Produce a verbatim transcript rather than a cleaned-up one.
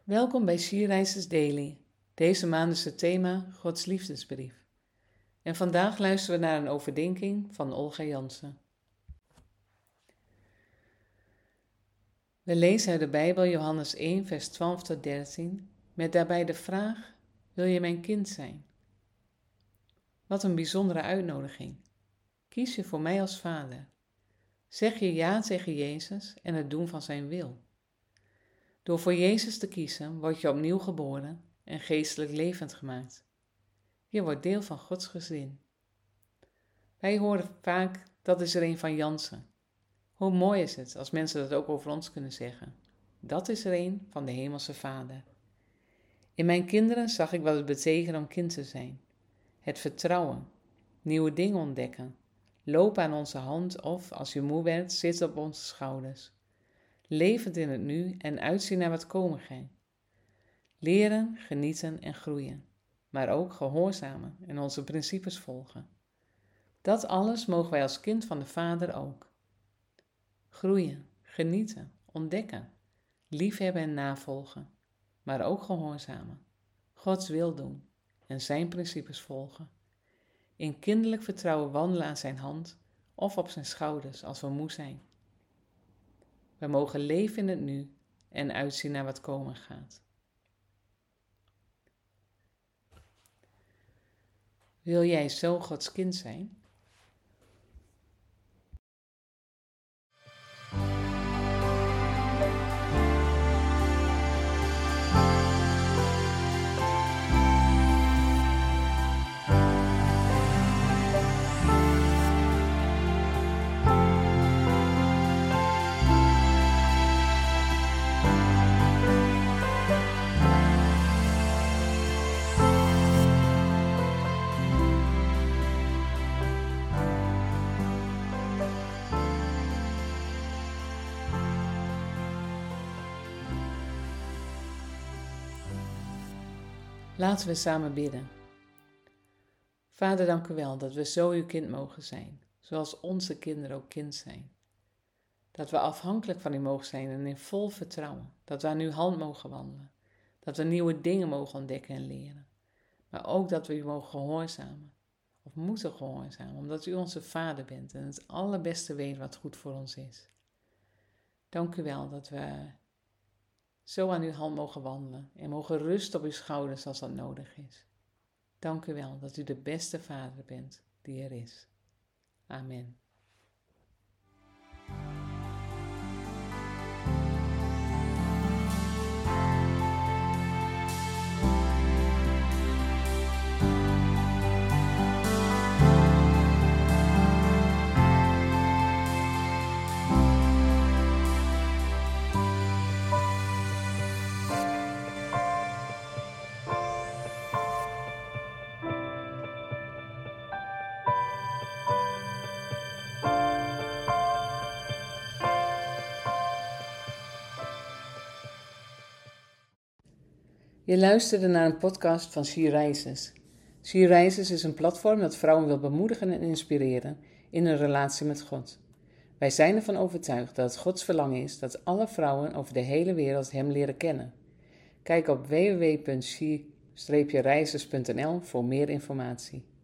Welkom bij Sierreizers Daily. Deze maand is het thema Gods liefdesbrief. En vandaag luisteren we naar een overdenking van Olga Jansen. We lezen uit de Bijbel Johannes één vers twaalf tot dertien, met daarbij de vraag: wil je mijn kind zijn? Wat een bijzondere uitnodiging. Kies je voor mij als vader. Zeg je ja tegen Jezus en het doen van zijn wil. Door voor Jezus te kiezen, word je opnieuw geboren en geestelijk levend gemaakt. Je wordt deel van Gods gezin. Wij horen vaak, dat is er een van Jansen. Hoe mooi is het als mensen dat ook over ons kunnen zeggen. Dat is er een van de Hemelse Vader. In mijn kinderen zag ik wat het betekent om kind te zijn. Het vertrouwen, nieuwe dingen ontdekken, lopen aan onze hand of, als je moe werd, zitten op onze schouders. Levend in het nu en uitzien naar wat komen gaat. Leren, genieten en groeien, maar ook gehoorzamen en onze principes volgen. Dat alles mogen wij als kind van de Vader ook. Groeien, genieten, ontdekken, liefhebben en navolgen, maar ook gehoorzamen, Gods wil doen en zijn principes volgen. In kinderlijk vertrouwen wandelen aan zijn hand of op zijn schouders als we moe zijn. We mogen leven in het nu en uitzien naar wat komen gaat. Wil jij zo Gods kind zijn? Laten we samen bidden. Vader, dank u wel dat we zo uw kind mogen zijn, zoals onze kinderen ook kind zijn. Dat we afhankelijk van u mogen zijn en in vol vertrouwen, dat we aan uw hand mogen wandelen, dat we nieuwe dingen mogen ontdekken en leren, maar ook dat we u mogen gehoorzamen, of moeten gehoorzamen, omdat u onze Vader bent en het allerbeste weet wat goed voor ons is. Dank u wel dat we zo aan uw hand mogen wandelen en mogen rusten op uw schouders als dat nodig is. Dank u wel dat u de beste Vader bent die er is. Amen. Je luisterde naar een podcast van Sierreizers. Sierreizers is een platform dat vrouwen wil bemoedigen en inspireren in hun relatie met God. Wij zijn ervan overtuigd dat het Gods verlangen is dat alle vrouwen over de hele wereld hem leren kennen. Kijk op w w w punt sier reizers punt n l voor meer informatie.